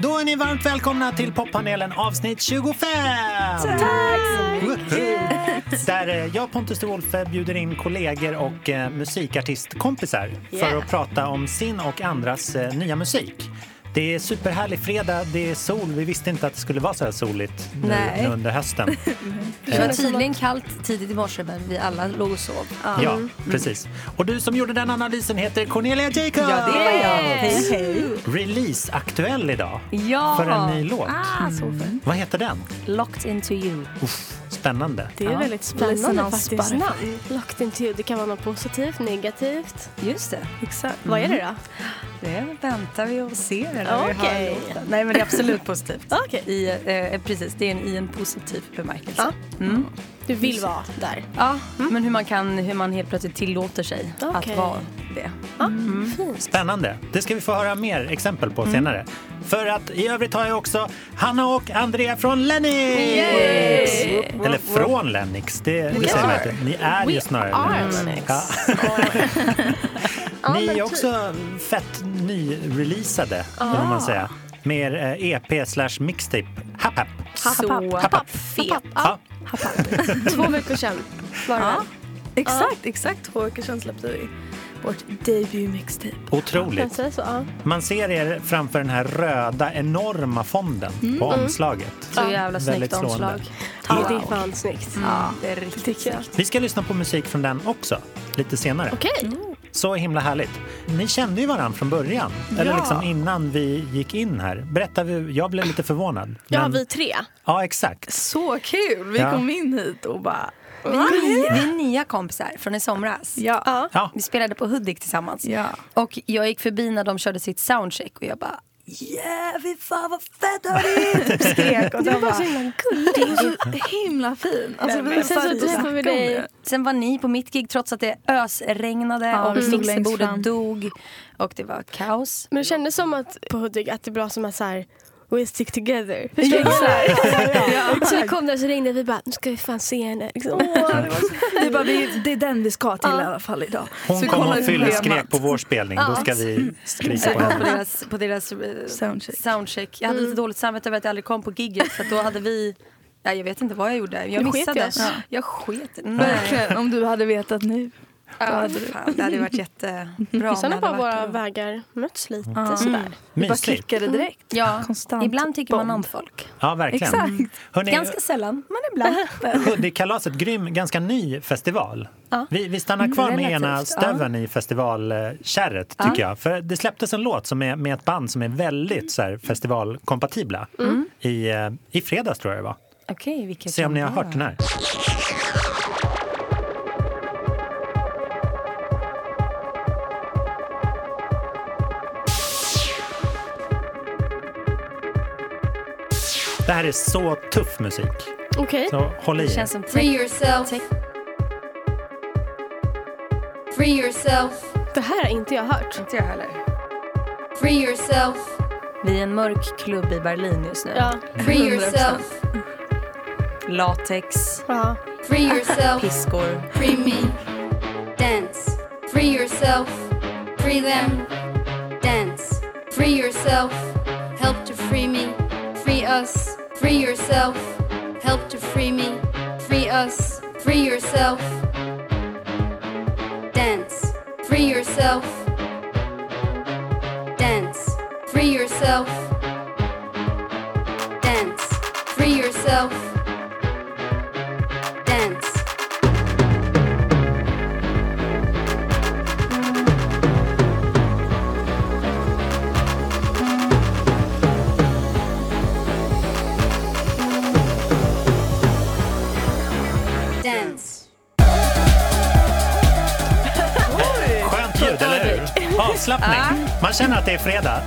Då är ni varmt välkomna till poppanelen avsnitt 25! Tack så mycket! Där jag, Pontus de Wolfe, bjuder in kollegor och musikartistkompisar för att prata om sin och andras nya musik. Det är superhärlig fredag, det är sol. Vi visste inte att det skulle vara så här soligt nu under hösten. Det var tydligen kallt tidigt i morse, men vi alla låg och sov. Ja, precis. Och du som gjorde den analysen heter Cornelia Jacob. Ja, det var jag. Hej. Release aktuell idag. Ja. För en ny låt. Så fint. Vad heter den? Locked into you. Spännande. Det är väldigt spännande faktiskt. namn. Locked into you. Det kan vara något positivt, negativt. Just det. Exakt. Vad är det då? Det väntar vi och ser när vi Okej. hör låten. Nej, men det är absolut positivt. Okej. Precis, det är i en positiv bemärkelse. Ja. Du vill vara där. Ja, men hur man helt plötsligt tillåter sig att vara det. Fint. Spännande. Det ska vi få höra mer exempel på senare. För att i övrigt har jag också Hanna och Andrea från Lennox. Eller från Lennox. Det säger man inte. Ni är ju snarare Lennox. Ja. Ni är också fett nyreleasade, kan man säga. Med er EP/mixtape. Happ Happ. Happ. Fet. Ja. 2 veckor sedan var det. Exakt 2 veckor sedan släppte vi vårt debut mixtape. Otroligt. Man ser er framför den här röda enorma fonden på omslaget. Så jävla snyggt omslag. Ja, det är fan snyggt. Ja, det är riktigt snyggt. Vi ska lyssna på musik från den också, lite senare. Okej. Så himla härligt. Ni kände ju varandra från början. Eller liksom innan vi gick in här. Berätta, jag blev lite förvånad. Ja, vi 3. Ja, exakt. Så kul! Vi kom in hit och bara... Vi är nya kompisar från i somras. Ja. Vi spelade på Hudik tillsammans. Ja. Och jag gick förbi när de körde sitt soundcheck och jag bara... fy fan vad fett hörde! Skrek och Det var bara så himla gulligt. det är så himla fin. Alltså, vi Sen så träffade vi dig. Sen var ni på mitt gig trots att det ösregnade och mixerbordet dog och det var kaos. Men det kändes som att på Hudik att det var som att så här, we stick together. Så vi kom där så ringde vi bara, nu ska vi fan se henne. Liksom. Det är den vi ska till i alla fall idag. Hon så kom och schemat. skrek på vår spelning. Då ska vi skrika på henne. På deras soundcheck. Jag hade lite dåligt samvete över att jag aldrig kom på gigget för att då hade vi... Ja, jag vet inte vad jag gjorde. Jag missade. Jag sket. Verkligen, om du hade vetat nu. Det hade varit jättebra. Sen har bara våra vägar mötts lite sådär. Vi bara klickade direkt. Ja, konstant. Ibland tycker man om folk. Ja, verkligen. Exakt. Hörrni, Ganska sällan, men ibland. Hudikkalaset, grym, ganska ny festival. Vi stannar kvar med ena stöven i festivalkärret, tycker jag. För det släpptes en låt som är med ett band som är väldigt så här, festivalkompatibla. I fredags tror jag det var. Okej, vilket se om ni har hört den här. Det här är så tuff musik. Okej. Så håll i. Det känns som Free yourself. Free yourself. Det här har inte jag hört. Inte jag heller. Free yourself. Vi är en mörk klubb i Berlin just nu. Ja. Free yourself. Latex. Ja. Free yourself. Piskor. Free me. Dance. Free yourself. Free them. Dance. Free yourself. Help to free me. Free us. Free yourself. Help to free me. Free us. Free yourself. Dance. Free yourself. Dance. Free yourself. Dance. Free yourself. Dance. Dance. Skönt ljud, eller hur? Avslappning. Man känner att det är fredag.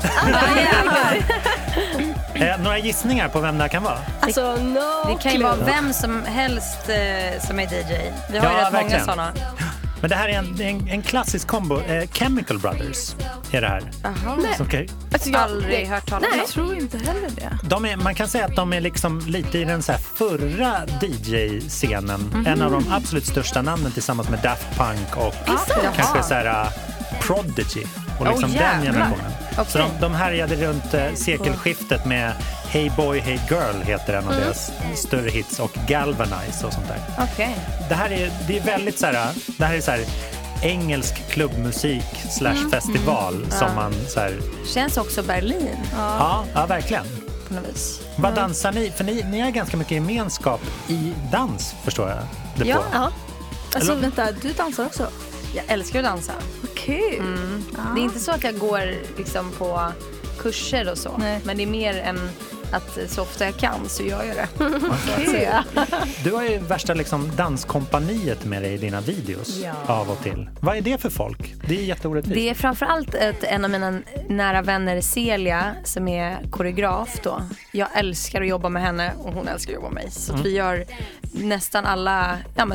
Några gissningar på vem det kan vara? Alltså, Det kan ju vara vem som helst som är DJ. Vi har ju rätt verkligen. många sådana. Men det här är en klassisk kombo. Chemical Brothers är det här. Okay. Alltså, jag Aldrig hört talas om. Jag tror inte heller det. Man kan säga att de är liksom lite i den så här förra DJ-scenen. En av de absolut största namnen tillsammans med Daft Punk och kanske så här Prodigy. Och liksom den generationen. Så de härjade runt sekelskiftet med Hey Boy, Hey Girl heter en av deras större hits och Galvanize och sånt där. Okay. Det är väldigt så här, det här är så här engelsk klubbmusik / festival som man så här... Känns också Berlin. Ja, verkligen. På något vis. Vad dansar ni? För ni har ganska mycket gemenskap i dans, förstår jag det på. Ja. Alltså vänta, du dansar också? Jag älskar att dansa. Okej. Det är inte så att jag går liksom på kurser och så. Nej. Men det är mer än att så ofta jag kan så gör jag det. Okay. Du har ju värsta liksom danskompaniet med dig i dina videos av och till. Vad är det för folk? Det är jätteorättvist. Det är framförallt en av mina nära vänner, Celia, som är koreograf då. Jag älskar att jobba med henne och hon älskar att jobba med mig. Så att vi gör nästan alla,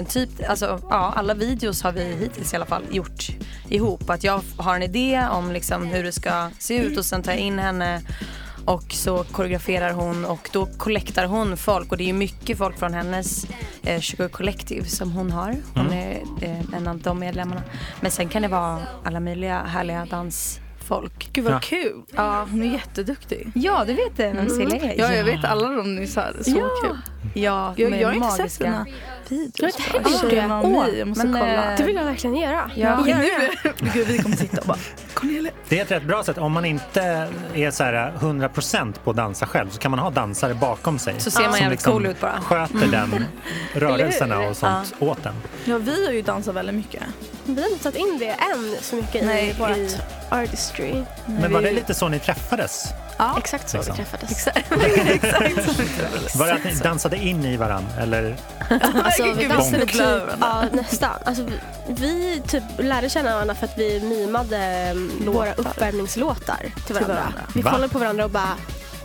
alla videos har vi hittills i alla fall gjort ihop. Att jag har en idé om liksom hur det ska se ut och sen tar jag in henne. Och så koreograferar hon och då kollektar hon folk. Och det är ju mycket folk från hennes Sugar Collective som hon har. Hon är en av de medlemmarna. Men sen kan det vara alla möjliga härliga dansfolk. Gud vad kul. Ja, hon är jätteduktig. Ja, du vet vem Celia är. Ja, jag vet alla de ni sa. Så kul. Ja, jag har inte sett sina videos. Jag måste kolla. Det vill jag verkligen göra. Gud, vi kommer sitta och bara det är ett rätt bra sätt. Om man inte är så här 100% på att dansa själv så kan man ha dansare bakom sig. Så ser man jävligt liksom cool ut bara. Sköter den rörelserna och sånt åt den. Ja, vi har ju dansat väldigt mycket. Vi har inte tagit in det än så mycket i vårt artistry. Men var det lite så ni träffades? Ja, exakt så vi träffades. Exakt var det att ni dansade in i varann eller? Alltså vi dansade typ, nästan. Alltså vi typ lärde känna varandra för att vi mimade våra uppvärmningslåtar till varandra. Vi kollade på varandra och bara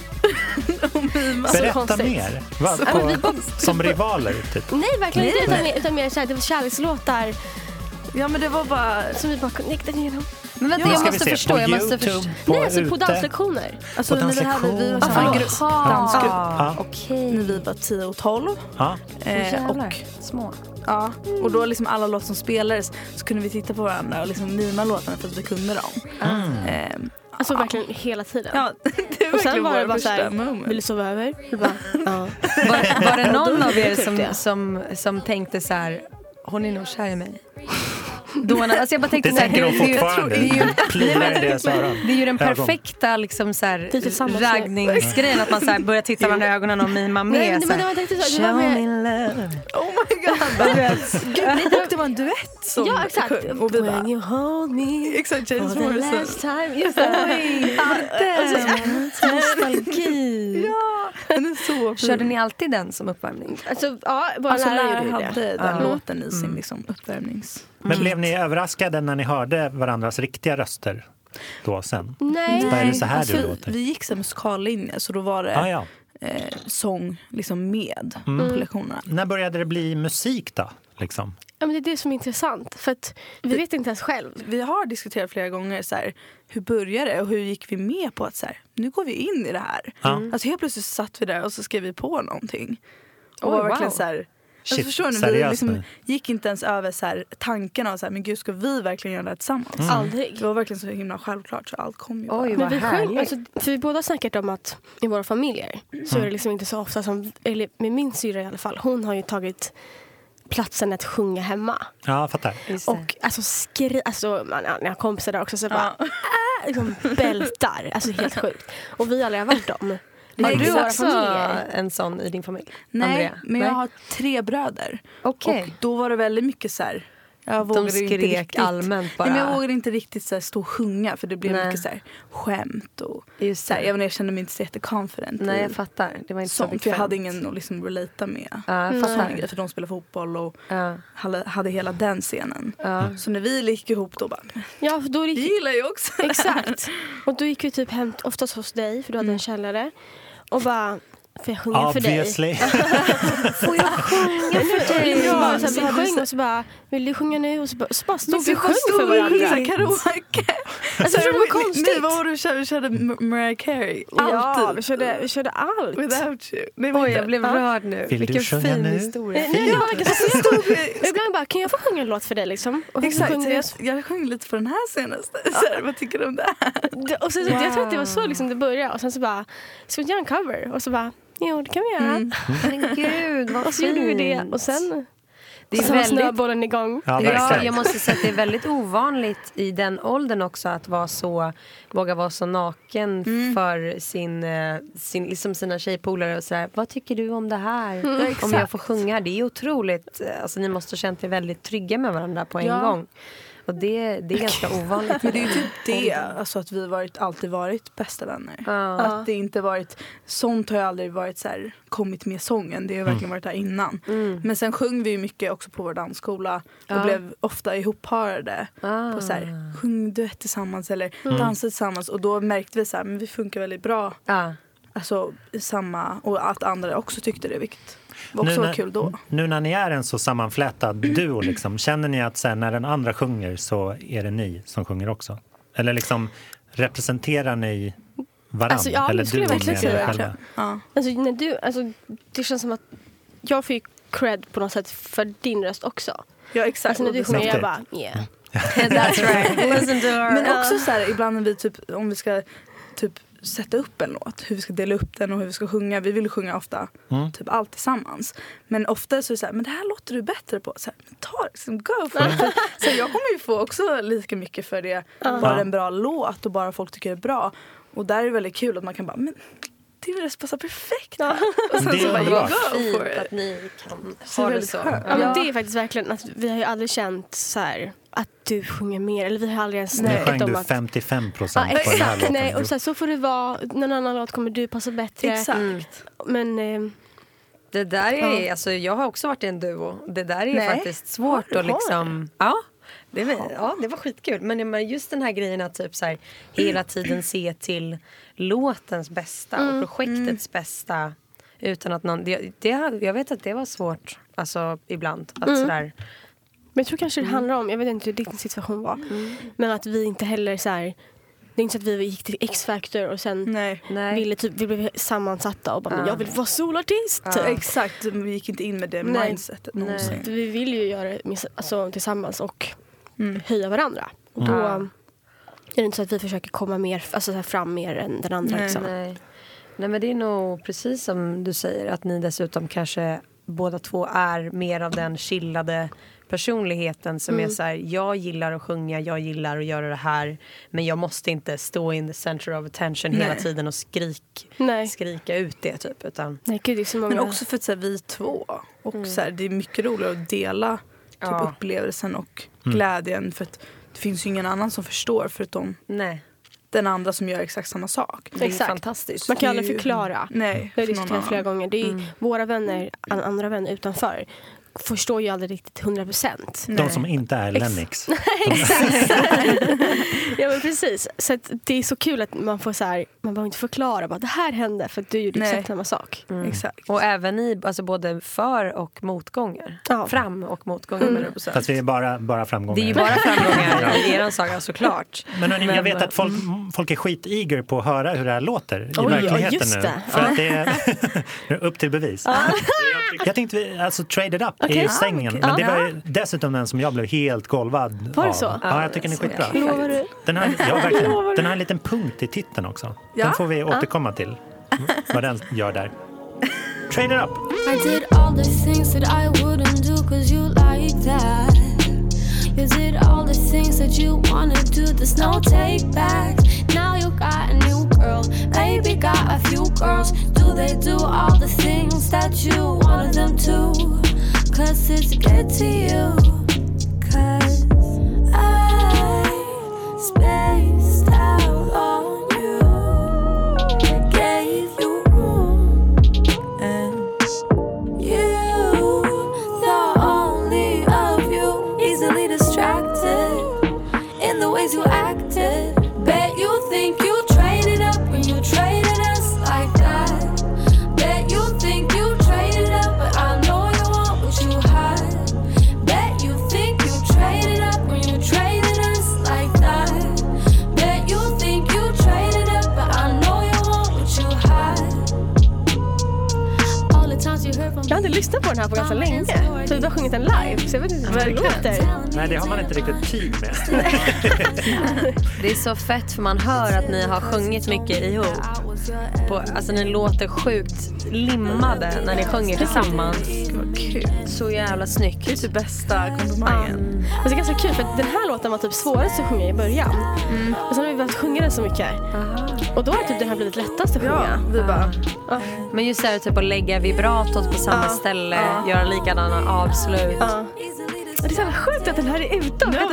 berätta mer. Som rivaler typ. Nej, verkligen inte utan mer så här, det var kärlekslåtar. Ja, men det var bara som vi bara connectade igenom. Men vänta, jag måste förstå. Nej, alltså på danslektioner. Alltså på danslektioner. Vi var så en dansgrupp. Okej. När vi var 10 och 12. Och små. Ja, och då liksom alla låtar som spelades så kunde vi titta på varandra och liksom mima låtarna för att vi kunde dem. Alltså verkligen hela tiden. Ja, det var och sen var det bara såhär, vill du sova över? Var det någon av er som tänkte så här, hon är nog kär i mig? Alltså jag bara tänkte det tänker de fortfarande. Det är ju den perfekta liksom så här raggningsgrejen att man så här börjar titta varandra i ögonen och mima med. Show me love. Oh my god. Det var en duett. Ja, exakt. Och vi bara, when you hold me. Exakt, James Morrison. Nostalgi. Ja, den är så fin. Körde ni alltid den som uppvärmning? Alltså, ja, bara lärare hade den låten i sin liksom uppvärmnings. Men blev ni överraskade när ni hörde varandras riktiga röster då sen? Nej. Är det så här du låter? Vi gick så musikallinje så då var det sång liksom med på lektionerna. När började det bli musik då? Liksom? Ja, men det är det som är intressant. För att vi vet inte ens själv. Vi har diskuterat flera gånger så här, hur började det och hur gick vi med på att så här, nu går vi in i det här. Alltså helt plötsligt satt vi där och så skrev vi på någonting. Och var verkligen så här... Shit, förstår ni, vi liksom gick inte ens över så här, tankarna och så här, men gud, ska vi verkligen göra det här tillsammans? Aldrig. Det var verkligen så himla självklart så allt kom ju. Oj, men vi själv, alltså, för vi båda har snackat om att i våra familjer så är det liksom inte så ofta som, eller med min syra i alla fall, hon har ju tagit platsen att sjunga hemma. Ja, fattar. Och alltså när jag kompisar där också så bara liksom bältar, alltså helt sjukt. Och vi aldrig har varit dem. Har du också en sån i din familj? Nej, Andrea? men jag har 3 bröder. Okej. Och då var det väldigt mycket så här. De skrek allmänt bara. Nej, men jag vågade inte riktigt så här, stå och sjunga för det blev mycket så här, skämt och så här, jag kände mig inte så jätteconfident. Nej, jag fattar. Det var inte så för jag hade ingen att liksom relata med. För de spelade fotboll och hade hela den scenen. Så när vi gick ihop då bara, vi gillar ju också. Exakt. Och då gick vi typ hem oftast hos dig för du hade en källare och bara Får jag sjunga för dig? Får jag sjunga för dig? Ja, så vi sjöng och så bara, vill du sjunga nu? Och så bara stod vi och sjöng för varandra. Karaoke. Alltså det var konstigt. Nej, vad var det? Vi körde Mariah Carey. Ja, vi körde allt. Without you. Oj, jag blev rörd nu. Vilken fin historia. Ibland bara, kan jag få sjunga en låt för dig liksom? Och exakt, jag sjöng lite på den här senaste. Vad tycker du om det här? Och så, jag tror att det var så liksom det började. Och sen så bara, ska vi göra en cover? Och så bara, jo det kan vi göra. Men gud, vad och så gjorde vi det. Och sen det är väldigt snöbollen igång. Ja, jag måste säga att det är väldigt ovanligt i den åldern också att våga vara så naken för liksom sina tjejpolare och sådär. Vad tycker du om det här? Om jag får sjunga, det är otroligt. Alltså ni måste ha känt er väldigt trygga med varandra på en gång. Och det är ganska ovanligt. Men det är ju typ det, alltså att vi alltid varit bästa vänner. Att det inte varit, sånt har jag aldrig varit så här, kommit med sången. Det har verkligen varit där innan. Men sen sjöng vi ju mycket också på vår dansskola och blev ofta ihopparade på så här, sjung duett tillsammans eller dansa tillsammans. Och då märkte vi så här, men vi funkar väldigt bra. Alltså samma, och att andra också tyckte det, vilket var också kul då. Nu när ni är en så sammanflätad duo liksom, känner ni att sen när den andra sjunger så är det ni som sjunger också? Eller liksom representerar ni varandra? Alltså, ja, eller skulle jag verkligen säga själva? Ja. Alltså, det känns som att jag får ju cred på något sätt för din röst också. Ja, exakt. Alltså när du sjunger jag bara, yeah. That's right. Listen to her. Men också så här, ibland när vi typ, om vi ska typ sätta upp en låt, hur vi ska dela upp den och hur vi ska sjunga. Vi vill sjunga ofta typ allt tillsammans. Men ofta så är det så här, men det här låter du bättre på. Så här, men ta liksom, go for it. Så jag kommer ju få också lika mycket för det. Bara en bra låt och bara folk tycker det är bra. Och där är det väldigt kul att man kan bara, men din röst passar perfekt. Och sen så bara, you go for it. Att ni kan ha det så. Ja, men det är faktiskt verkligen att vi har ju aldrig känt så här att du sjunger mer, eller vi har aldrig ens snackat om att 55% på den här låten. Nej, och så får det vara, någon annan låt kommer du passa bättre. Exakt. Men det där är, alltså jag har också varit i en duo. Det där är faktiskt svårt att liksom, det var skitkul. Men just den här grejen att typ så här, hela tiden se till låtens bästa och projektets bästa utan att någon, jag vet att det var svårt alltså ibland att sådär. Men jag tror kanske det handlar om, jag vet inte hur din situation var, men att vi inte heller så här, det är inte så att vi gick till X-Factor och sen ville typ, vi blev sammansatta och bara, men jag vill vara solartist. Exakt, vi gick inte in med det mindsetet någonsin. Vi vill ju göra det alltså, tillsammans och höja varandra. Och då är det inte så att vi försöker komma mer, alltså, så här, fram mer än den andra. Liksom. Nej, men det är nog precis som du säger, att ni dessutom kanske båda två är mer av den chillade personligheten som är så här, jag gillar att sjunga, jag gillar att göra det här, men jag måste inte stå in the center of attention hela tiden och skrika ut det typ, utan gud, det är så många. Men också för att så här, vi två och så här, det är mycket roligare att dela typ upplevelsen och glädjen, för att det finns ju ingen annan som förstår förutom den andra som gör exakt samma sak. Det är fantastiskt. Man kan aldrig förklara. Nej, det har diskuterat flera gånger. Det är våra vänner, andra vänner utanför förstår ju aldrig riktigt 100%. De som inte är Lennox. Exakt. Ja, men precis. Så att det är så kul att man får så här, man behöver inte förklara bara det här hände för att du gjorde exakt samma sak. Exakt. Och även i alltså både för- och motgångar. Fram- och motgångar. Fast vi är bara framgångar. Det är ju bara framgångar i eran saga såklart. Men jag vet att folk är skiteager på att höra hur det här låter i verkligheten nu. För att det är upp till bevis. Jag tänkte vi alltså trade it up i sängen. Men det var dessutom den som jag blev helt golvad var det av. så? Ja, jag tycker den är skitbra. Lovar du? Den har en liten punkt i titeln också. Den får vi återkomma till. Vad den gör där. Trade it up! I did all the things that I wouldn't do 'cause you like that. You did all the things that you wanna do, there's no take back. Now you got a new girl, maybe got a few girls. Do they do all the things that you wanted them to? 'Cause it's good to you. 'Cause I spaced out on you, gave you room, and you, the only of you, easily distracted in the ways you acted. Bet you think you traded up when you traded us like that. Bet you Jag har inte lyssnat på den här på ganska länge. Så du har sjungit den live. Så jag vet inte vad det låter. Nej, det har man inte riktigt tid med. Det är så fett för man hör att ni har sjungit mycket ihop. Alltså ni låter sjukt limmade när ni sjunger tillsammans. Så jävla snyggt. Det är typ bästa komplimangen. Det är ganska kul för att den här låten var typ svårast att sjunga i början. Och sen har vi behövt sjunga den så mycket. Och då har typ den här blivit lättast att sjunga. Vi bara... Men just det här typ att lägga vibratot på samma ställe, göra likadana avslut. Det är så sjukt att den här är utom. Det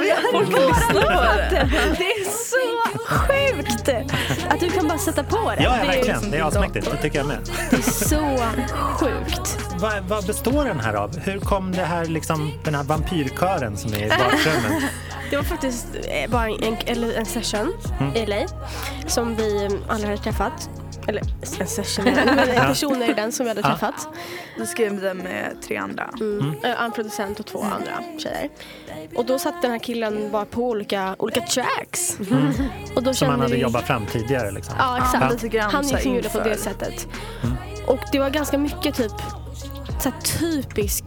är så sjukt att du kan bara sätta på den. Ja, verkligen. Det är asmäktigt. Det tycker jag med. Det är så sjukt. Vad består den här av? Hur kom det här liksom, den här vampyrkören som är i bakgrunden? Det var faktiskt bara en session i LA som vi alla hade träffat. Eller en session, men personer i den som vi hade träffat. Vi skrev den med 3 andra. En producent och 2 andra tjejer. Och då satt den här killen bara på olika tracks. Och då som han hade jobbat fram tidigare liksom. Ja, exakt. Lite grann han gick gjorde på det sättet. Och det var ganska mycket typ så typisk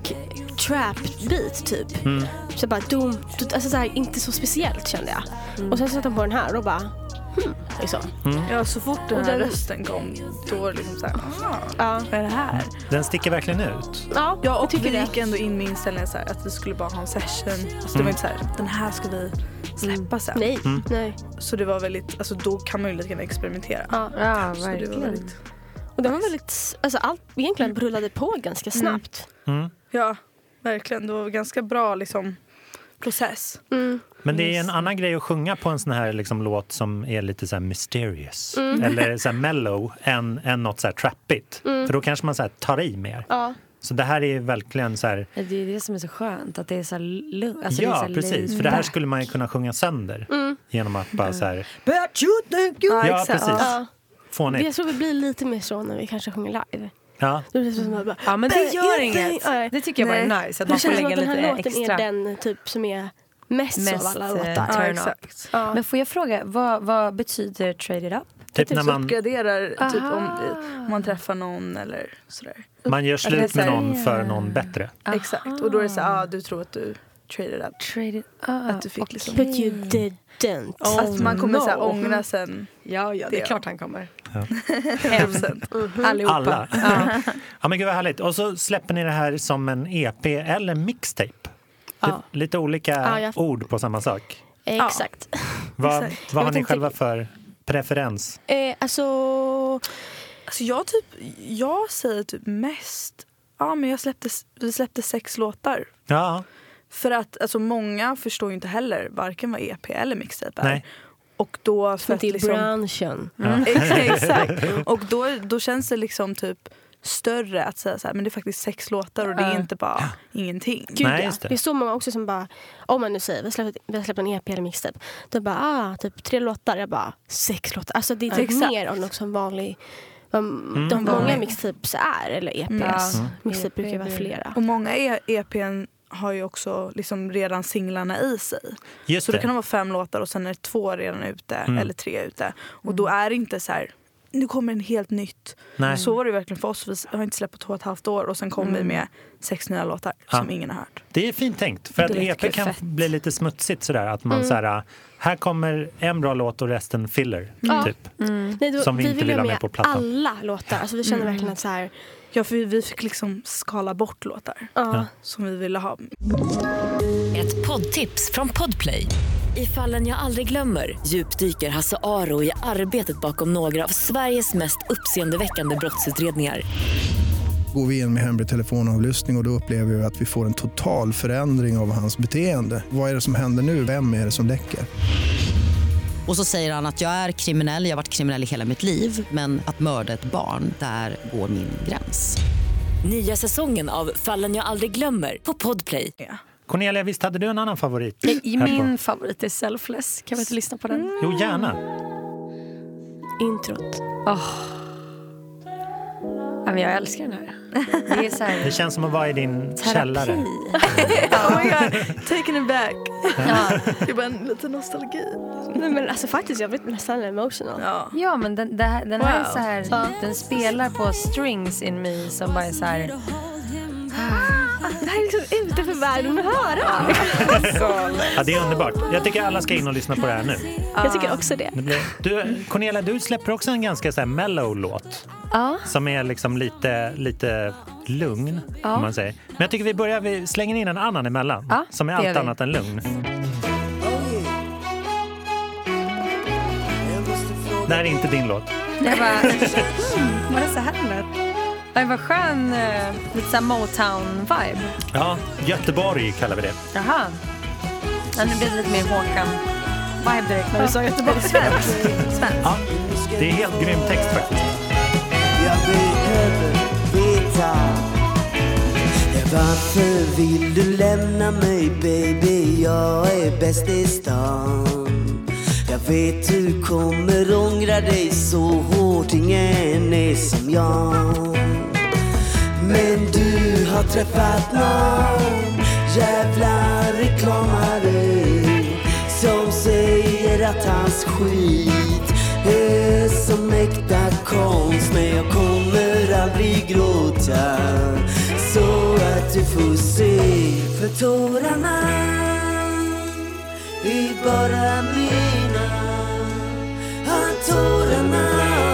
trap-beat typ. Så bara alltså så här, inte så speciellt kände jag. Och sen satt han på den här och bara liksom. Ja, så fort den här rösten kom då liksom så här, vad är det här? Den sticker verkligen ut. Ja, och vi gick ändå in med inställningen så här, att vi skulle bara ha en session. Så det var inte så här, den här ska vi släppa sen. Nej. Så det var väldigt, alltså då kan man ju lite grann experimentera. Ja, verkligen. Så det var väldigt... Och det var väldigt, alltså allt egentligen rullade på ganska snabbt. Ja, verkligen. Det var ganska bra liksom process. Men det är en annan grej att sjunga på en sån här liksom, låt som är lite så här mysterious eller så här mellow än något så här trappigt. För då kanske man så här tar i mer. Så det här är verkligen så här... Det är det som är så skönt, att det är så här alltså ja, det är så här precis. För det här skulle man ju kunna sjunga sönder genom att bara så här... But you think you... Ja, precis. Fånigt. Jag tror vi blir lite mer så när vi kanske sjunger live. Ja. Ja, men det gör inget. Det tycker jag bara är nice. Att man får lägga lite extra. Den här låten är den typ som är mest av alla låtar. Turn up. Men får jag fråga, vad betyder trade it up? Typ när man uppgraderar typ om man träffar någon eller sådär. Man gör slut med någon för någon bättre. Exakt. Och då är det så du tror att du traded up. Att du fick liksom... But you didn't. Att man kommer så här ångra sen. Ja, det är klart han kommer. Ja. 100%. Allihopa. Alla. Ja, men gud vad härligt. Och så släpper ni det här som en EP eller mixtape. Lite olika ord på samma sak. Exakt. Vad har ni själva för preferens? Alltså jag säger typ mest. Ja, men vi släppte 6 låtar. Ja. För att alltså många förstår ju inte heller varken vad EP eller mixtape är. Nej. Och då för att liksom branschen. Exakt. Och då känns det liksom typ större att säga så här, men det är faktiskt 6 låtar och det är inte bara ingenting. Gud, nej, just det. Det är så många också som bara, om man nu säger vi har släppt en EP eller mixtape, då bara typ 3 låtar, jag bara 6 låtar. Alltså det är typ mer av något som vanlig de många mixtapes är eller EPs. Mixtape brukar vara flera. Och många EPn har ju också liksom redan singlarna i sig. Just så det kan vara 5 låtar och sen är 2 redan ute eller 3 ute. Och då är det inte så här, nu kommer en helt nytt. Nej. Så var det verkligen för oss. Vi har inte släppt på 2,5 år och sen kom vi med 6 nya låtar som ingen har hört. Det är fint tänkt. För att EP kan bli lite smutsigt sådär. Att man så här kommer en bra låt och resten filler. Typ. Nej, som vi inte vill ha med på plattan. Alla låtar. Alltså vi känner verkligen att så här... Ja, för vi fick liksom skala bort låtar som vi ville ha. Ett poddtips från Podplay. I Fallen jag aldrig glömmer djupdyker Hasse Aro i arbetet bakom några av Sveriges mest uppseendeväckande brottsutredningar. Går vi in med hemlig telefonavlyssning och då upplever vi att vi får en total förändring av hans beteende. Vad är det som händer nu? Vem är det som läcker? Och så säger han att jag är kriminell, jag har varit kriminell i hela mitt liv. Men att mörda ett barn, där går min gräns. Nya säsongen av Fallen jag aldrig glömmer på Podplay. Cornelia, visst hade du en annan favorit? Min favorit är Selfless. Kan vi inte lyssna på den? Jo, gärna. Introt. Ja, men jag älskar den här. Det är så här... Det känns som att vara i din källare. Oh my god, taking it back. Det är bara en liten nostalgi. Nej, men alltså faktiskt, jag blir nästan emotional. Ja, men den här är så här, den spelar på strings in me som bara är så här Det här är liksom ute för världen att höra. Ja, det är underbart. Jag tycker alla ska in och lyssna på det här nu. Jag tycker också det. Cornelia, du släpper också en ganska så här mellow låt. Som är liksom lite lugn, kan man säga. Men jag tycker vi slänger in en annan emellan. Som är allt annat än lugn. Det här är inte din låt. Det var det så här lät? Det var skön, lite såhär Motown-vibe. Ja, Göteborg kallar vi det. Jaha. Ja, nu blir det lite mer Håkan-vibe direkt när vi sa Göteborg. Svensk. Ja, det är helt grym text faktiskt. Jag behöver veta. Varför vill du lämna mig, baby? Jag är bäst i stan. Jag vet du kommer ångra dig så hårt. Ingen är som jag. Men du har träffat någon jävla reklamare som säger att hans skit är som äkta konst. Men jag kommer aldrig gråta så att du får se. För tårarna är bara mina. Tårarna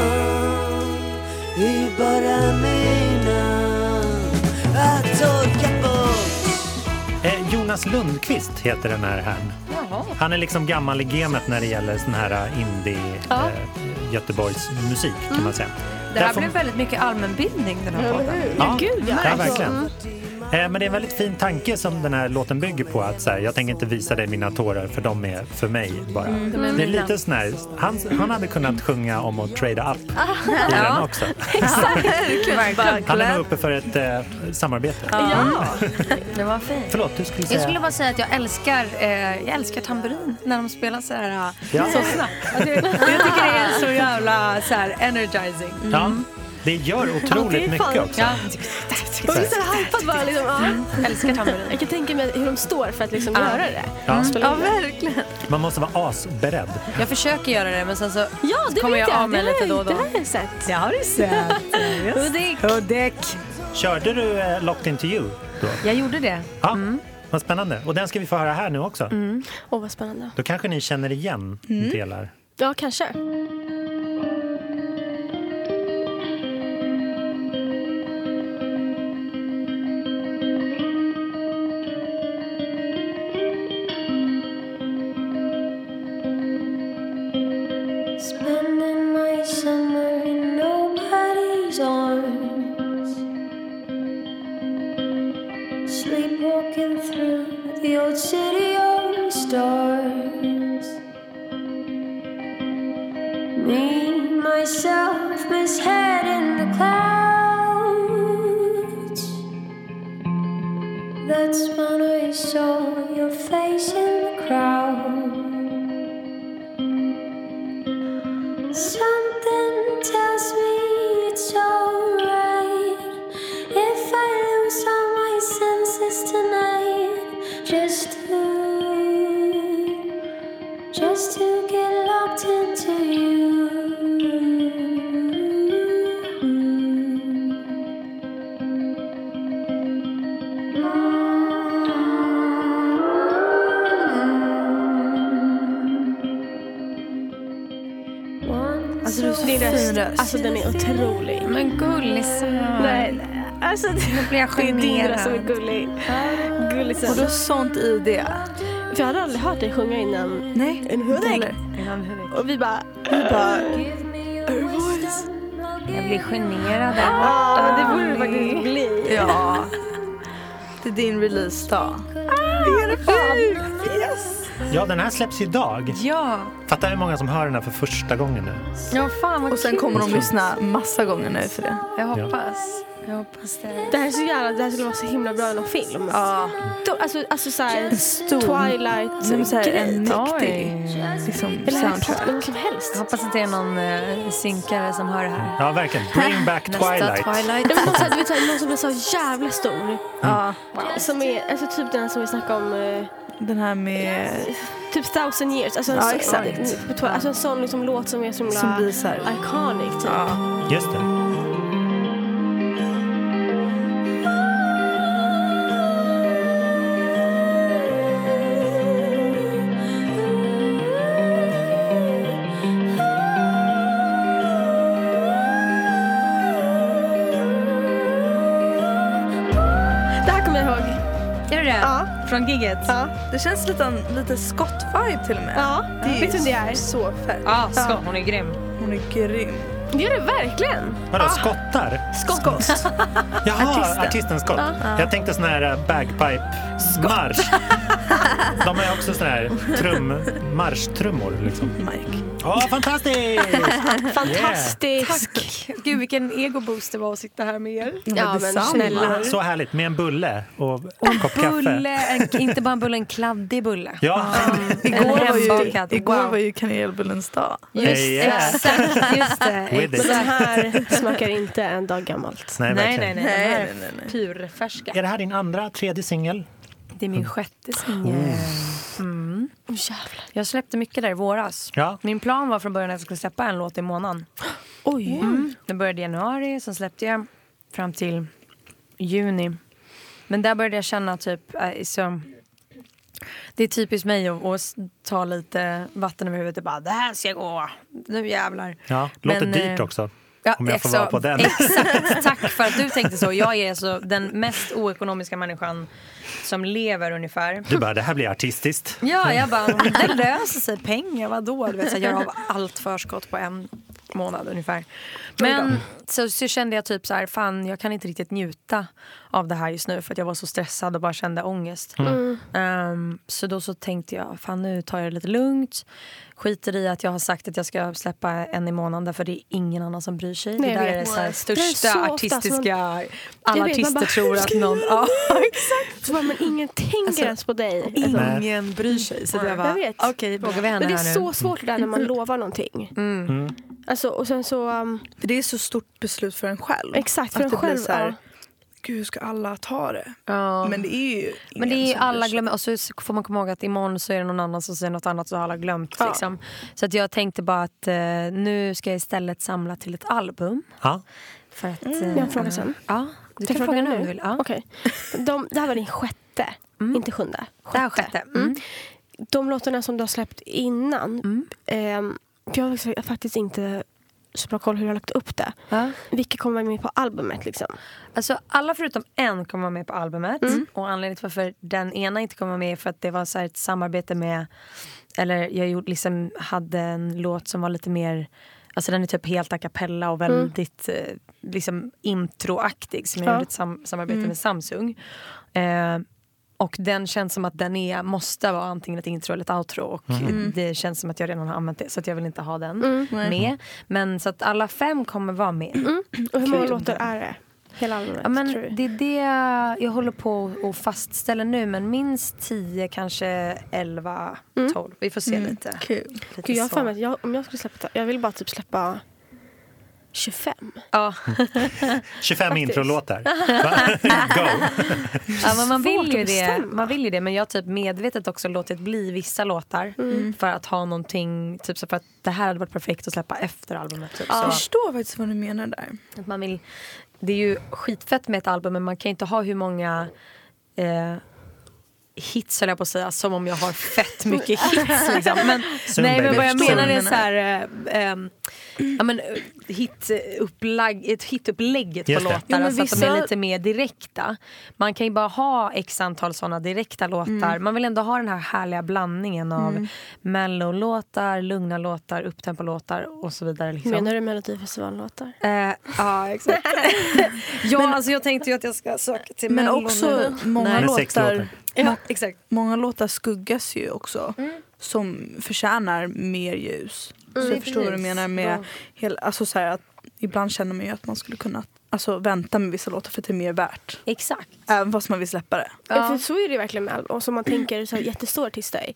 är bara mina. Att torka bort. Jonas Lundqvist heter den här herrn. Han är liksom gammal i gamet när det gäller sån här indie Göteborgs musik, kan man säga. Det här blev väldigt mycket allmänbildning, den här låten. Ja, verkligen. Men det är en väldigt fin tanke som den här låten bygger på. Att så här, jag tänker inte visa dig mina tårar för de är för mig bara. Det är lite sån här, han hade kunnat sjunga om att trada upp i den också. Exakt. Han är nog uppe för ett samarbete. Ja, det var fint. Förlåt, du skulle säga... Jag skulle bara säga att jag älskar tamburin när de spelar så här så snabbt. Jag tycker det är så jävla så här energizing. Ja. Det gör otroligt mycket också. Ja. Och så hypat bara liksom, älskar tamburin. Jag kan tänka mig hur de står för att liksom göra det. Ja, verkligen. Man måste vara asberedd. Jag försöker göra det, men sen så det kommer jag av mig lite då och då. Det har jag sett. Det har du sett. Hudik. Körde du Locked Into You då? Jag gjorde det. Ja, vad spännande. Och den ska vi få höra här nu också. Vad spännande. Då kanske ni känner igen delar. Ja, kanske. Spending my summer in nobody's arms, sleepwalking through the old city of stars. Me, myself, was head in the clouds. That's when I saw your face in the crowd. Something tells me it's alright if I lose all my senses tonight, just to get locked into you. Alltså den är otrolig. Men gullig. Nej. Alltså nu blir jag generad. Det är din röst som är gullig. Gullig. Och du har sånt i det. För jag hade aldrig hört dig sjunga innan. Nej, en Hudik. Och vi bara jag blir generad. Ja, men det borde du faktiskt bli. Ja. Det är din release-dag. Är det fan? Yes. Ja, den här släpps idag. Ja. Fattar hur många som hör den här för första gången nu. Ja, fan vad och sen kul. kommer de lyssna massa gånger nu för det. Jag hoppas. Jag hoppas det. Det här är så jävla, det här skulle vara så himla bra i någon film. Ja. Alltså såhär Twilight. En mäktig liksom soundtrack. Eller som helst. Jag hoppas att det är någon synkare som hör det här. Ja, verkligen. Bring back Twilight. Det var någon som är så jävla stor. Ja. Som är, alltså typ den som vi snackade om. Den här med typ 1000 years. Alltså ja, exakt. Alltså en sån liksom låt som är så himla som blir så här iconic typ. Ja. Just det. Märker du det? Ja. Från gigget? Ja. Det känns lite Scott-vibe till och med. Ja, vet du det är? Så fett. Ja, Scott, hon är grym. Hon är grym. Det gör det verkligen. Vadå, skottar? Scott. Jaha, artisten Scott. Jag tänkte sån här bagpipe-marsch. De är också sån här marschtrummor liksom. Mike. Fantastiskt! Fantastisk. Tack. Gud, vilken egoboost det var att sitta här med er. Ja, men snälla. Så härligt, med en bulle och en kopp kaffe. Inte bara en bulle, en kladdig bulle. Ja. Igår var ju kanelbullens dag. Just det. Så här smakar inte en dag gammalt. Nej. Purfärska. Är det här din tredje singel? Det är min 6:e singel. Jag släppte mycket där i våras. Ja. Min plan var från början att jag skulle släppa en låt i månaden. Oj. Det började i januari, sen släppte jag fram till juni. Men där började jag känna typ så det är typiskt mig att ta lite vatten över huvudet och bara, det här ska gå, nu jävlar. Ja, låter dyrt också. Ja, om jag får vara på den. Exakt, tack för att du tänkte så. Jag är så den mest oekonomiska människan som lever ungefär. Du bara, det här blir artistiskt. Ja, jag bara, det löser sig, pengar, vadå? Du vet, så jag gör av allt förskott på en månad ungefär. Men så kände jag typ så här, fan, jag kan inte riktigt njuta av det här just nu för att jag var så stressad och bara kände ångest. Så då så tänkte jag, fan, nu tar jag det lite lugnt. Skiter i att jag har sagt att jag ska släppa en i månaden, därför det är ingen annan som bryr sig. Nej, det där är det så här största så artistiska alla artister tror att någon exakt. Så men ingen tänker ens på dig. Ingen bryr sig. Så jag vet. Okej, vågar vi henne men det här är så svårt det där när man lovar någonting. Alltså, och sen så för det är så stort beslut för en själv. Exakt, för en själv. Så här, gud, ska alla ta det? Men det är ju men det är alla glömmer. Och så får man komma ihåg att imorgon så är det någon annan som säger något annat, så har alla glömt liksom. Så att jag tänkte bara att nu ska jag istället samla till ett album. För att jag frågar sen. Ja, du kan fråga nu om du vill. Okej. Det här var din 6:e, inte 7:e. Det här 6:e. De låtarna som du har släppt innan, jag har faktiskt inte så bra koll hur jag har lagt upp det. Vilka kommer med på albumet liksom? Alltså alla förutom en kommer med på albumet. Och anledningen till varför den ena inte kommer med är för att det var så här ett samarbete med, eller jag hade en låt som var lite mer, alltså den är typ helt a cappella och väldigt liksom introaktig, som jag gjorde ett samarbete med Samsung. Och den känns som att den måste vara antingen ett intro eller ett outro. Och det känns som att jag redan har använt det, så att jag vill inte ha den med. Men så att alla 5 kommer vara med. Och hur många låtar är det? Hela albumet, ja, men tror du? det är det jag håller på att fastställa nu. Men minst 10, kanske 11, 12. Vi får se lite. Kul. Gud, jag har för mig att om jag skulle släppa, jag vill bara typ släppa 25. Ja. 25 introlåtar. Go. Ja, men man vill ju det. Men jag har typ medvetet också låtit bli vissa låtar för att ha någonting, typ så för att det här hade varit perfekt att släppa efter albumet. Typ. Jag förstår faktiskt vad du menar där. Att man vill, det är ju skitfett med ett album, men man kan inte ha hur många hits, höll jag på att säga, som om jag har fett mycket hits liksom. Men nej, men vad jag menar är så här hitupplägget på låtar, alltså att de är lite mer direkta. Man kan ju bara ha x antal sådana direkta låtar. Man vill ändå ha den här härliga blandningen av mellolåtar, lugna låtar, upptempo-låtar och så vidare liksom. Menar du Melodifestivallåtar? Ja, exakt. Alltså jag tänkte ju att jag ska söka till men också många låtar. Ja, exakt. Många låtar skuggas ju också som förtjänar mer ljus. Så jag förstår vad du menar med alltså så här, att ibland känner man ju att man skulle kunna vänta med vissa låtar för att det är mer värt. Exakt. Även fast man vill släppa det. Ja, för så är det verkligen med album. Och som man tänker så här, jättestora artister.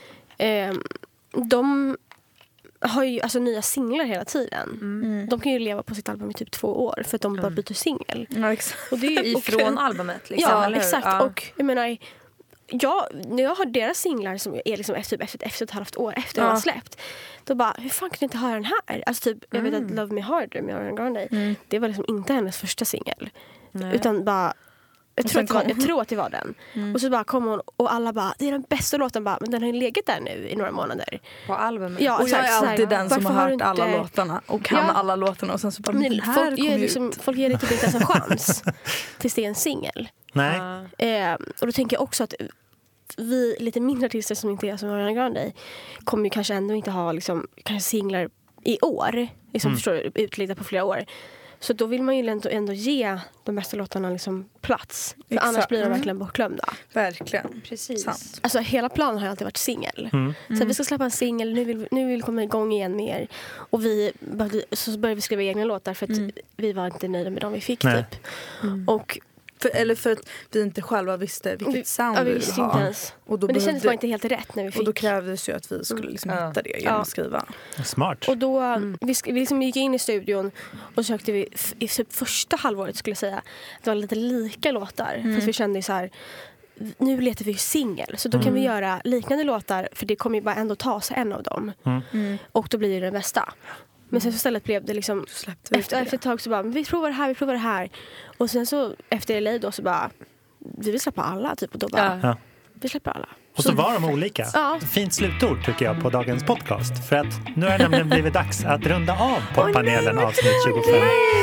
De har ju alltså nya singlar hela tiden. De kan ju leva på sitt album i typ 2 år för att de bara byter singel. Ja, exakt. Och det är ju ifrån albumet liksom, ja, eller hur? Exakt. Ja. Och jag menar, när jag har deras singlar som är liksom efter ett halvt år efter de har släppt, då bara, hur fan kan jag inte höra den här? Alltså typ, jag vet att Love Me Harder med Ariana Grande, det var liksom inte hennes första singel. Utan bara Jag tror att det var den. Och så bara kom hon och alla bara, det är den bästa låten, bara, men den har ju legat där nu i några månader. På albumet. Ja, och jag är alltid den som har hört alla låtarna och kan alla låtarna och sen så bara, men folk ger det typ inte ens en chans tills det är en singel. Nej. Och då tänker jag också att vi lite mindre artister som inte är som Ariana Grande kommer ju kanske ändå inte ha liksom, kanske singlar i år. Liksom, förstår du, utlita på flera år. Så då vill man ju ändå ge de bästa låtarna liksom plats. För annars blir de verkligen bortglömda. Verkligen. Precis. Sant. Alltså hela planen har alltid varit singel. Så vi ska släppa en singel, nu vill vi komma igång igen mer. Och så började vi skriva egna låtar för att vi var inte nöjda med dem vi fick typ. Och för att vi inte själva visste vilket sound vi ville ha. Och då men det kändes bara inte helt rätt när vi fick. Och då krävdes ju att vi skulle liksom hitta det genom att skriva. Smart. Och då vi liksom gick in i studion och sökte vi i första halvåret skulle jag säga. Det var lite lika låtar. Fast vi kände så här, nu letar vi ju singel. Så då kan vi göra liknande låtar. För det kommer ju bara ändå ta sig en av dem. Och då blir det den bästa. Men sen så istället blev det liksom efter ett tag så bara, vi provar det här. Och sen så efter LA då så bara, vi vill släppa alla typ. Och då bara, vi släpper alla. Och så var de olika. Ja. Fint slutord tycker jag på dagens podcast. För att nu har det nämligen blivit dags att runda av poddpanelen avsnitt 25.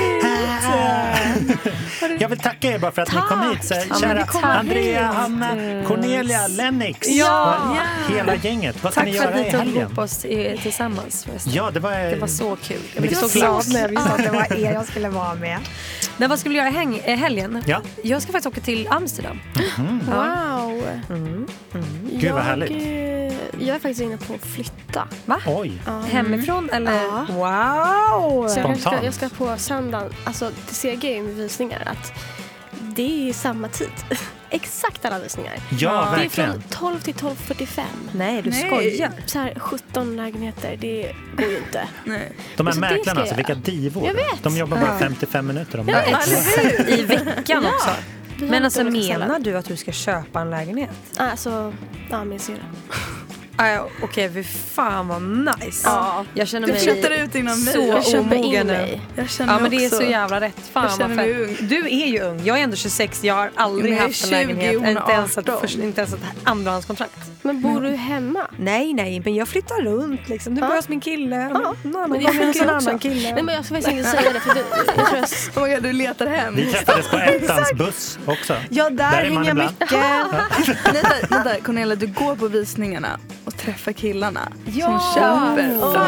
Jag vill tacka er bara för att ni kom hit. Så, kära Andrea, Hanna, Cornelia, Lennox. Hela gänget. Vad ska ni göra i helgen? Tack för att ni tog ihop oss tillsammans. Ja, det var så kul. Jag blev så glad när vi sa att det var er jag skulle vara med. Men vad skulle jag göra i helgen? Ja. Jag ska faktiskt åka till Amsterdam. Wow. Gud vad härligt. Jag är faktiskt inne på att flytta. Va? Oj. Hemifrån eller? Ja. Wow. Så jag ska på söndagen, alltså det ser game-visningar att det är samma tid. Exakt alla visningar. Ja, verkligen. Det är från 12 till 12:45. Nej, du skojar. Så här 17 lägenheter, det går ju inte. Nej. De här mäklarna, alltså, vilka divor. Jag vet. De jobbar bara 55 minuter om dagen. I veckan också. Men alltså menar du att du ska köpa en lägenhet? Alltså, ja, men ser det. Okej, för fan vad nice. Ja. Jag känner mig ut inom mig. så omogen nu. Jag känner men också. det är så jävla rätt. Fan jag känner mig ung. Du är ju ung. Jag är ändå 26. Jag har aldrig haft en lägenhet. Inte ens ett andrahandskontrakt. Men bor du hemma? Nej, men jag flyttar runt liksom. Du bor hos min kille. Men det är en annan kille. Nej, men jag ska faktiskt inte säga det för du letar hem. Vi träffades på ettans buss också. Ja, där hänger jag mycket. Vänta, Cornelia, du går på visningarna och träffar killarna som köper.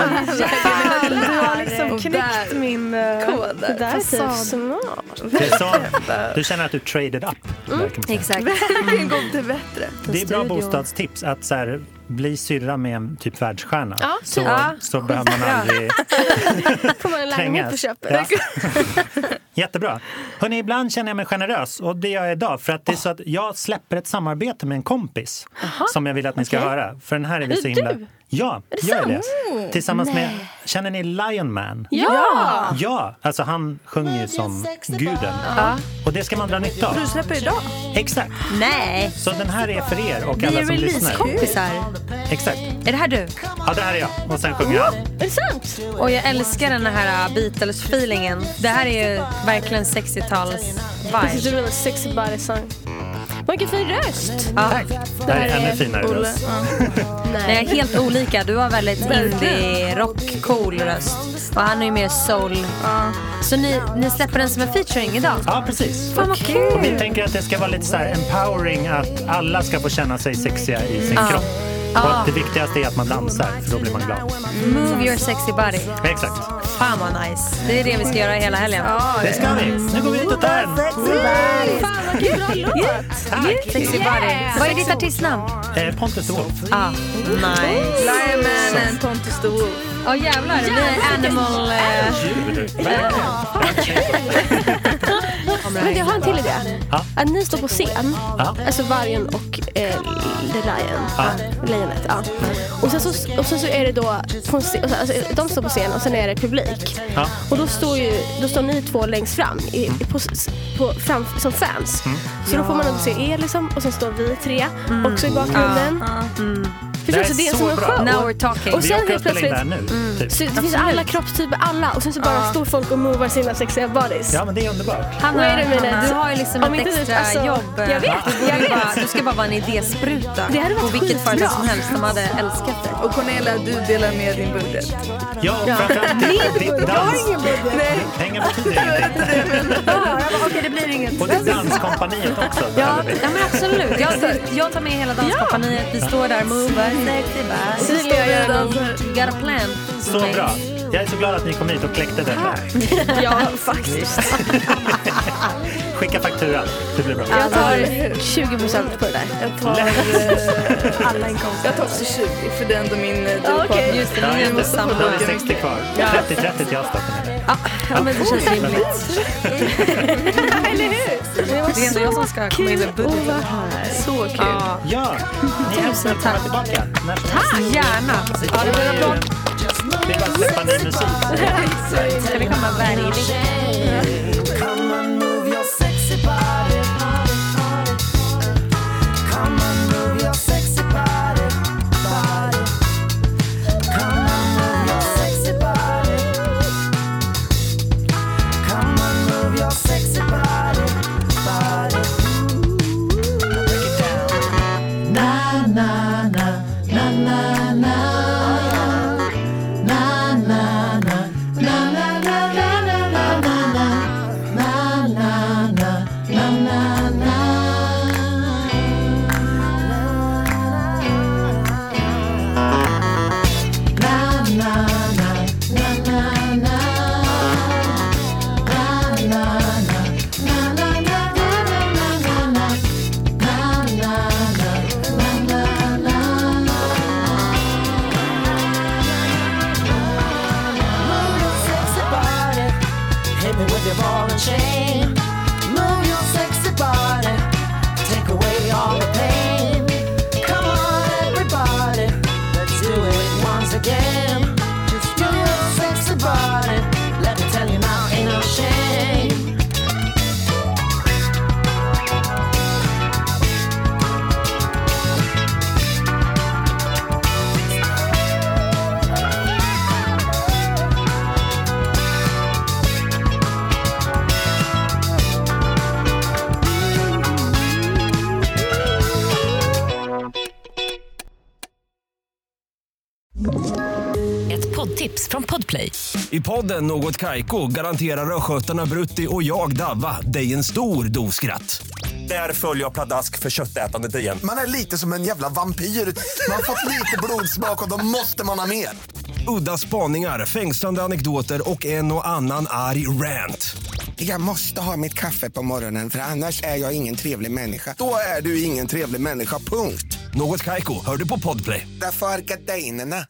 Du har liksom knäckt min kod. Det där är typ smart. Det är så, du känner att du traded up. Exakt. Verkligen gå till bättre. Det är bra bostadstips att så här, bli syrra med en typ världsstjärna. Så behöver man aldrig får man en lägenhet på köpet. Ja. Jättebra. Hörrni, ibland känner jag mig generös och det gör jag idag för att det är så att jag släpper ett samarbete med en kompis som jag vill att ni ska höra. För den här är vi så himla... Ja, gör det. Tillsammans med, känner ni Lion Man? Ja, alltså han sjunger ju som guden. Och det ska man dra nytta av. Du släpper idag? Exakt. Nej. Så den här är för er och alla som lyssnar. Vi är releasekompisar. Exakt. Är det här du? Ja, det här är jag. Och sen sjunger jag. Är det sant? Och jag älskar den här Beatles-feelingen. Det här är ju verkligen 60-tals-vibe. This is a really sexy body song. Vilken fin röst. Tack. Det här är ännu finare röst. Nej, helt olika. Du har väldigt indie, rock, cool röst. Och han är ju mer soul. Så ni släpper den som en featuring idag? Ja, precis. Fan vad kul. Och vi tänker att det ska vara lite så här empowering, att alla ska få känna sig sexiga i sin kropp. Och det viktigaste är att man dansar, för då blir man glad. Move your sexy body. Exakt. Fan vad nice. Det är det vi ska göra hela helgen. Det ska vi. Nu går vi ut och tar en. Fan vad kul, bra låt. Tack. Sexy body. Vad är ditt artistnamn? Pontus the Wolf. Nice. Lion Man and Pontus the Wolf. Jävlar, det blir animal... Men jag har en till idé. Att ni står på scen. Alltså vargen och The Lion. Lejonet. Och sen så är det då alltså, de står på scen och sen är det publik. Och då står ni två längst fram fram som fans. Så då får man ändå se er liksom. Och sen står vi tre också i bakgrunden. Förstår du? Det är som en show. Now we're talking. Och sen helt plötsligt typ. så det finns alla kroppstyper, alla. Och sen så bara står folk och movar sina sexiga bodies. Ja, men det är underbart. Hanna, du har ju liksom ett extra jobb. Jag vet. Du ska bara vara en idéspruta. Det hade varit på vilket företag som helst. De hade älskat det. Och Cornelia, du delar med din budget. Ja, framförallt ditt dans. Jag har ingen budget. Nej. Pengar betyder ingenting. Okej, det blir inget. Och det danskompaniet också. Ja, men absolut. Jag tar med hela danskompaniet. Vi står där, mover, sexy bass. Got a plan. Så bra. Jag är så glad att ni kom hit och kläckte det här. Ja, faktiskt. Skicka fakturan. Det blir bra. Jag tar 20% på det där. Jag tar alla inkomster. Jag tar också 20, för det är ändå min Okej, just det. Ni är ändå samma. Då är 60 kvar. 30-30 till jag startar. Ja, men det känns rimligt. Eller hur? Det är ändå jag som ska komma in med budget. Så kul. Ja, ni är välkomna tillbaka. Tack, gärna. Ja, det blir bra. Det är bara att släppa ny musik. Ska vi komma värdigt? Come on, move your sexy body. Come on, move your sexy body. Come on, move your sexy body. Come on, move your sexy body. Break it down. Na na na na na na. Tips från Podplay. I podden Något Kaiko garanterar röskötarna Brutti och jag Davva dig en stor doskratt. Där följer jag pladask för köttätandet igen. Man är lite som en jävla vampyr. Man har fått lite blodsmak och då måste man ha mer. Udda spaningar, fängslande anekdoter och en och annan arg rant. Jag måste ha mitt kaffe på morgonen för annars är jag ingen trevlig människa. Då är du ingen trevlig människa, punkt. Något Kaiko, hör du på Podplay. Därför är gardinerna.